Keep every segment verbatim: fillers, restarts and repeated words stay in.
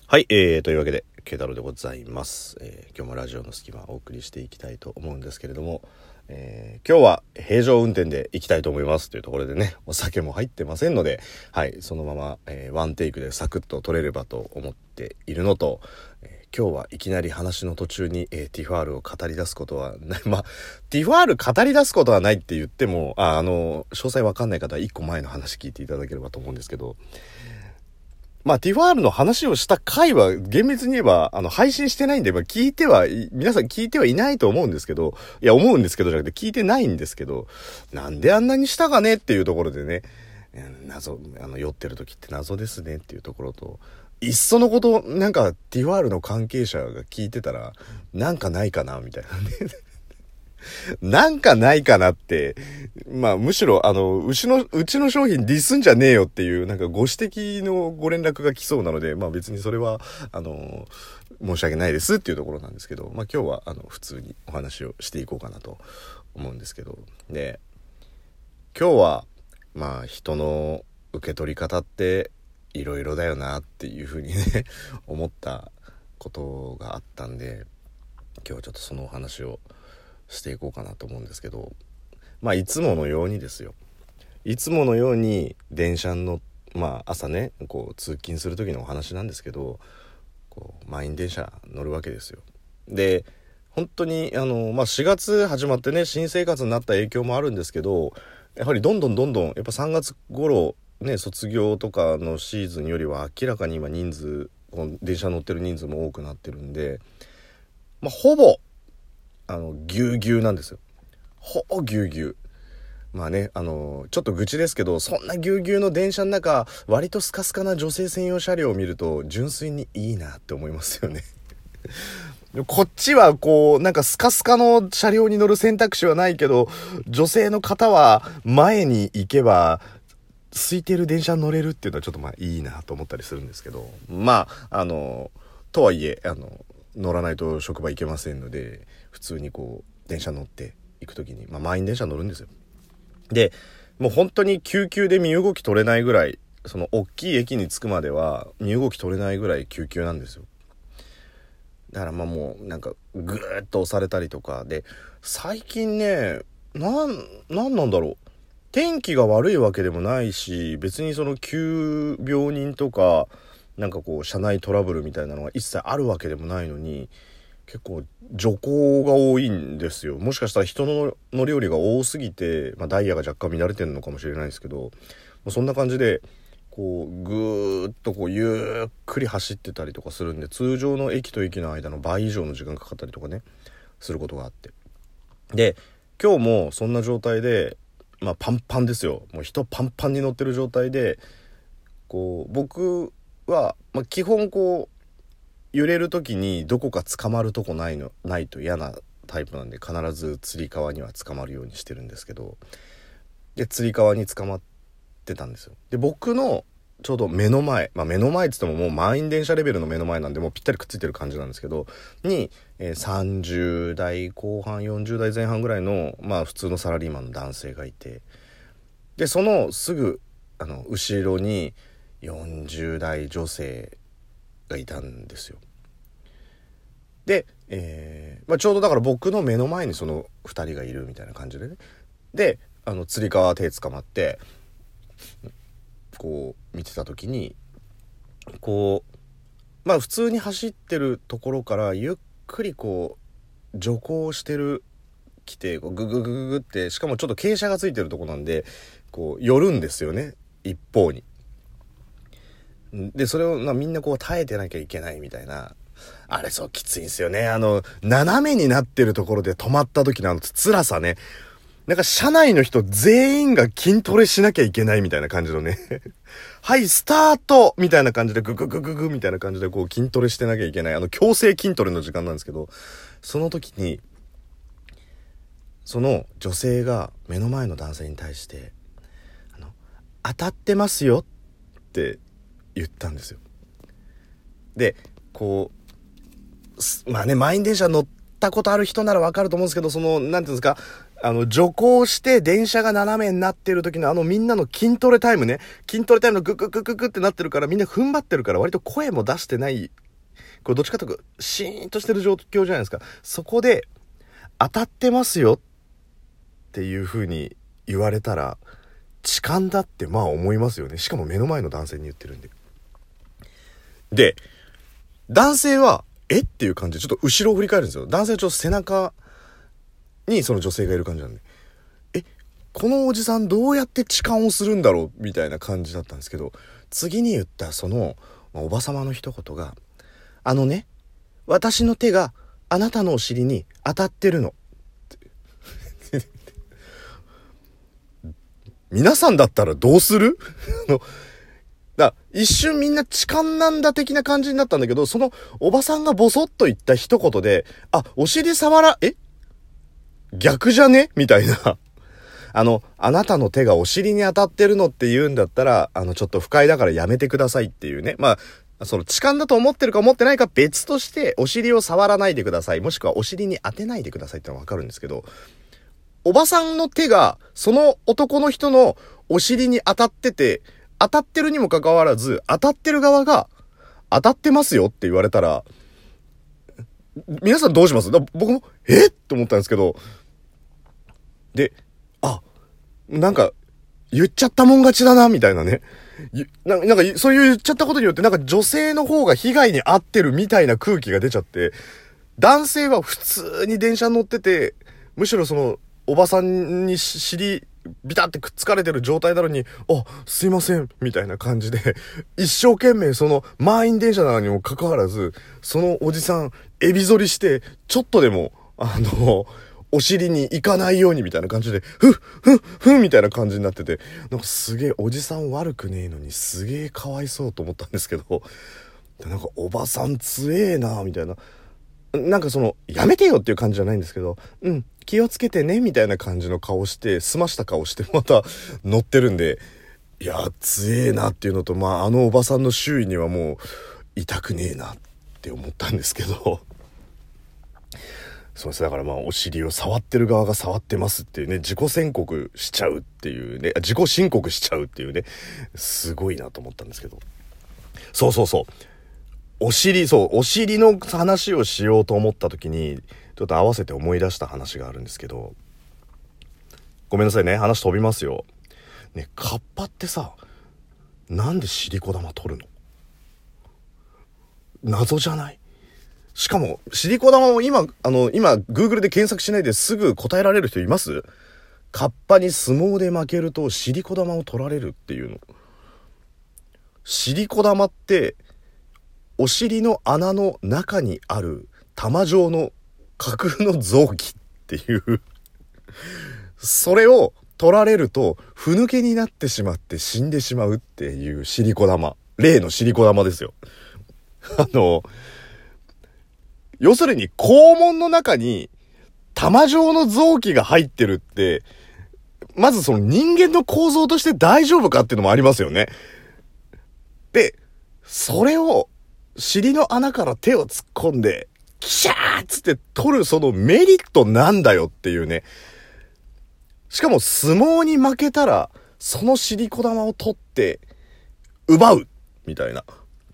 はい、えー、というわけで慶太郎でございます、えー、今日もラジオの隙間をお送りしていきたいと思うんですけれども、えー、今日は平常運転で行きたいと思いますというところでね、お酒も入ってませんので、はい、そのまま、えー、ワンテイクでサクッと取れればと思っているのと、えー、今日はいきなり話の途中に、えー、ティファールを語り出すことはないまあティファール語り出すことはないって言ってもああの詳細わかんない方はいっこまえの話聞いていただければと思うんですけど、まあ、ティファールの話をした回は厳密に言えば、あの、配信してないんで、まあ、聞いては、皆さん聞いてはいないと思うんですけど、いや、思うんですけどじゃなくて聞いてないんですけど、なんであんなにしたかねっていうところでね、謎、あの、酔ってる時って謎ですねっていうところと、いっそのこと、なんか、ティファールの関係者が聞いてたら、なんかないかなみたいなね。なんかないかなって、まあむしろあの、うちの、うちの商品ディスんじゃねえよっていうなんかご指摘のご連絡が来そうなので、まあ別にそれは、あの、申し訳ないですっていうところなんですけど、まあ今日はあの、普通にお話をしていこうかなと思うんですけど、で、今日は、まあ人の受け取り方っていろいろだよなっていうふうにね、思ったことがあったんで、今日はちょっとそのお話をしていこうかなと思うんですけど、まあいつものようにですよいつものように電車のまあ朝ねこう通勤する時のお話なんですけど、こう満員電車乗るわけですよ。で本当にあのまあしがつ始まってね新生活になった影響もあるんですけど、やはりどんどんどんどんやっぱさんがつ頃ね卒業とかのシーズンよりは明らかに今人数この電車乗ってる人数も多くなってるんで、まあほぼあのぎゅうぎゅうなんですよ。ほぼぎゅうぎゅう。まあね、あのちょっと愚痴ですけど、そんなぎゅうぎゅうの電車の中割とスカスカな女性専用車両を見ると純粋にいいなって思いますよね。こっちはこうなんかスカスカの車両に乗る選択肢はないけど、女性の方は前に行けば空いてる電車に乗れるっていうのはちょっとまあいいなと思ったりするんですけど、まああのとはいえあの乗らないと職場行けませんので、普通にこう電車乗って行く時に、まあ、満員電車乗るんですよ。でもう本当に救急で身動き取れないぐらい、その大きい駅に着くまでは身動き取れないぐらい救急なんですよ。だからまあもうなんかぐーっと押されたりとかで、最近ねなんなんなんだろう、天気が悪いわけでもないし、別にその急病人とかなんかこう車内トラブルみたいなのが一切あるわけでもないのに、結構徐行が多いんですよ。もしかしたら人の乗り降りが多すぎて、まあ、ダイヤが若干乱れてるのかもしれないですけど、もうそんな感じでこうぐーっとこうゆっくり走ってたりとかするんで、通常の駅と駅の間の倍以上の時間かかったりとかねすることがあって、で今日もそんな状態で、まあパンパンですよ。もう人パンパンに乗ってる状態で、こう僕は、まあ、基本こう揺れる時にどこか捕まるとこないのないと嫌なタイプなんで、必ずつり革には捕まるようにしてるんですけど、でつり革に捕まってたんですよ。で僕のちょうど目の前、まあ目の前っつってももう満員電車レベルの目の前なんで、もうぴったりくっついてる感じなんですけどに、えー、さんじゅう代後半よんじゅう代前半ぐらいのまあ普通のサラリーマンの男性がいて、でそのすぐあの後ろによんじゅう代女性がいたんですよ。で、えーまあ、ちょうどだから僕の目の前にそのふたりがいるみたいな感じでね。であのつり革手捕まってこう見てた時に、こうまあ普通に走ってるところからゆっくりこう徐行してる来て、こうグググググって、しかもちょっと傾斜がついてるとこなんでこう寄るんですよね、一方に。でそれをなみんなこう耐えてなきゃいけないみたいな、あれそうきついんですよね。あの斜めになってるところで止まった時のあの辛さね。なんか車内の人全員が筋トレしなきゃいけないみたいな感じのねはいスタートみたいな感じでグググググみたいな感じでこう筋トレしてなきゃいけない、あの強制筋トレの時間なんですけど、その時にその女性が目の前の男性に対してあの当たってますよって言ったんですよ。でこうまあね満員電車乗ったことある人ならわかると思うんですけど、そのなんていうんですか、 あの、徐行して電車が斜めになってる時のあのみんなの筋トレタイムね。筋トレタイムのグググググってなってるからみんな踏ん張ってるから割と声も出してない。これどっちかというとシーンとしてる状況じゃないですか。そこで当たってますよっていう風に言われたら痴漢だってまあ思いますよね。しかも目の前の男性に言ってるんで。で、男性はえっていう感じでちょっと後ろを振り返るんですよ。男性はちょっと背中にその女性がいる感じなんで、え、このおじさんどうやって痴漢をするんだろうみたいな感じだったんですけど、次に言ったその、まあ、おばさまの一言が、あのね、私の手があなたのお尻に当たってるの皆さんだったらどうするのだ一瞬みんな痴漢なんだ的な感じになったんだけど、そのおばさんがボソッと言った一言で、あ、お尻触ら、え逆じゃねみたいな。あの、あなたの手がお尻に当たってるのって言うんだったら、あの、ちょっと不快だからやめてくださいっていうね。まあ、その痴漢だと思ってるか思ってないか別として、お尻を触らないでください。もしくはお尻に当てないでくださいってのはわかるんですけど、おばさんの手が、その男の人のお尻に当たってて、当たってるにもかかわらず、当たってる側が、当たってますよって言われたら、皆さんどうします？だ僕も、えって思ったんですけど、で、あ、なんか、言っちゃったもん勝ちだな、みたいなね。な, なんか、そういう言っちゃったことによって、なんか女性の方が被害に遭ってるみたいな空気が出ちゃって、男性は普通に電車に乗ってて、むしろその、おばさんに尻、ビタってくっつかれてる状態なのに、あ、すいません、みたいな感じで、一生懸命その満員電車なのにもかかわらず、そのおじさん、エビ反りして、ちょっとでも、あの、お尻に行かないようにみたいな感じで、ふっ、ふっ、ふっ、みたいな感じになってて、なんかすげえ、おじさん悪くねえのにすげえかわいそうと思ったんですけど、なんかおばさん強えなみたいな。なんかその、やめてよっていう感じじゃないんですけど、うん、気をつけてね、みたいな感じの顔して、済ました顔して、また乗ってるんで、いや、強えなっていうのと、まあ、あのおばさんの周囲にはもう、いたくねえなって思ったんですけど、そうです。だからまあ、お尻を触ってる側が触ってますっていうね、自己宣告しちゃうっていうね、自己申告しちゃうっていうね、すごいなと思ったんですけど。そうそうそう。お尻、そう、お尻の話をしようと思った時に、ちょっと合わせて思い出した話があるんですけど、ごめんなさいね、話飛びますよ。ね、カッパってさ、なんで尻子玉取るの？謎じゃない？しかも、尻子玉を今、あの、今、Google で検索しないですぐ答えられる人います？カッパに相撲で負けると尻子玉を取られるっていうの。尻子玉って、お尻の穴の中にある玉状の架空の臓器っていうそれを取られるとふぬけになってしまって死んでしまうっていう尻子玉、例の尻子玉ですよ。あの要するに肛門の中に玉状の臓器が入ってるって、まずその人間の構造として大丈夫かっていうのもありますよね。で、それを尻の穴から手を突っ込んで、キシャーっつって取るそのメリットなんだよっていうね。しかも相撲に負けたら、その尻子玉を取って、奪うみたいな。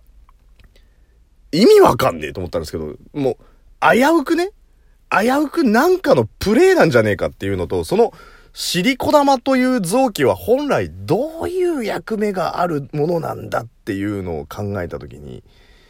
意味わかんねえと思ったんですけど、もう、危うくね危うくなんかのプレイなんじゃねえかっていうのと、その、尻子玉という臓器は本来どういう役目があるものなんだっていうのを考えたときに、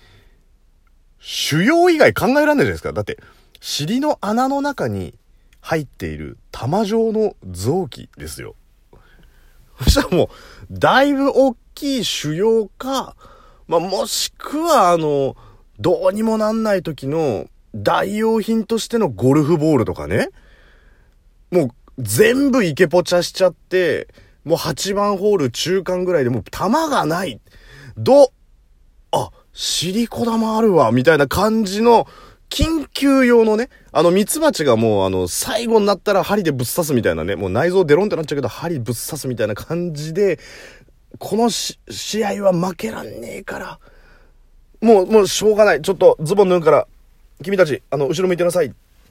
腫瘍以外考えられないじゃないですか。だって、尻の穴の中に入っている玉状の臓器ですよ。そしたらもう、だいぶ大きい腫瘍か、まあ、もしくはあの、どうにもなんない時の代用品としてのゴルフボールとかね。もう、全部イケポチャしちゃって、もうはちばんホール中間ぐらいでもう球がない。ど、あ、尻子玉あるわ、みたいな感じの、緊急用のね、あのミツバチがもうあの、最後になったら針でぶっ刺すみたいなね、もう内臓デロンってなっちゃうけど、針ぶっ刺すみたいな感じで、このし試合は負けらんねえから、もう、もうしょうがない。ちょっとズボン脱ぐから、君たち、あの、後ろ向いてなさい。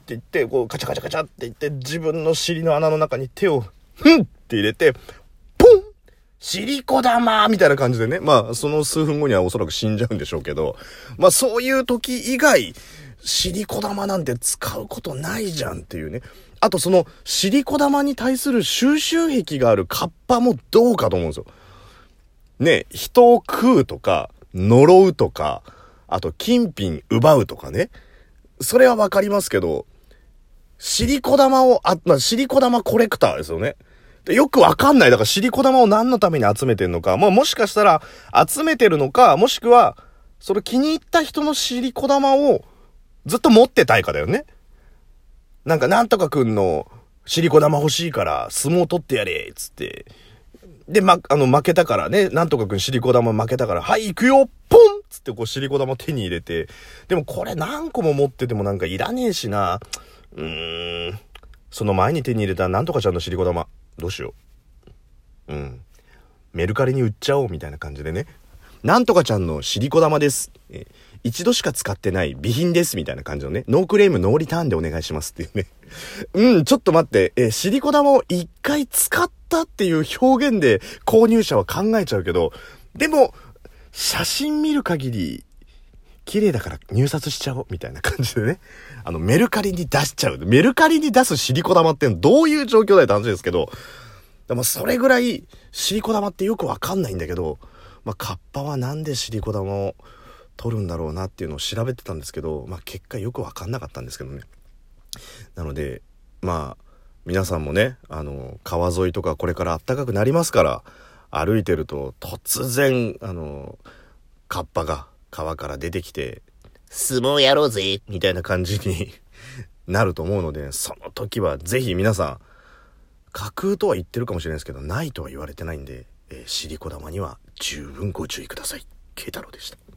言って、こう、カチャカチャカチャって言って、自分の尻の穴の中に手を、ふんって入れて、ポンシリコ玉みたいな感じでね。まあ、その数分後にはおそらく死んじゃうんでしょうけど、まあ、そういう時以外、シリコ玉なんて使うことないじゃんっていうね。あとその、シリコ玉に対する収集癖があるカッパもどうかと思うんですよ。ね、人を食うとか、呪うとか、あと金品奪うとかね。それはわかりますけど、シリコ玉を、あ、まあ、シリコ玉コレクターですよね。でよくわかんない。だからシリコ玉を何のために集めてんのか。まあ、もしかしたら集めてるのか、もしくは、それ気に入った人のシリコ玉をずっと持ってたいかだよね。なんかなんとかくんのシリコ玉欲しいから相撲取ってやれ、つって。で、ま、あの、負けたからね、なんとかくんシリコ玉負けたから、はい、行くよポンつってこうシリコ玉手に入れて。でもこれ何個も持っててもなんかいらねえしな。うーん。その前に手に入れたなんとかちゃんのシリコ玉。どうしよう。うん。メルカリに売っちゃおうみたいな感じでね。なんとかちゃんのシリコ玉です。え一度しか使ってない備品ですみたいな感じのね。ノークレームノーリターンでお願いしますっていうね。うん、ちょっと待って。えシリコ玉を一回使ったっていう表現で購入者は考えちゃうけど、でも、写真見る限り、綺麗だから入札しちゃおうみたいな感じでね。あの、メルカリに出しちゃう。メルカリに出すシリコ玉ってどういう状況だよって話ですけど、でもそれぐらいシリコ玉ってよくわかんないんだけど、まあ、カッパはなんでシリコ玉を取るんだろうなっていうのを調べてたんですけど、まあ、結果よくわかんなかったんですけどね。なので、まあ、皆さんもね、あの、川沿いとかこれから暖かくなりますから、歩いてると突然、あの、カッパが川から出てきて、相撲やろうぜみたいな感じになると思うので、その時はぜひ皆さん、架空とは言ってるかもしれないですけど、ないとは言われてないんで、えー、シリコ玉には十分ご注意ください。慶太郎でした。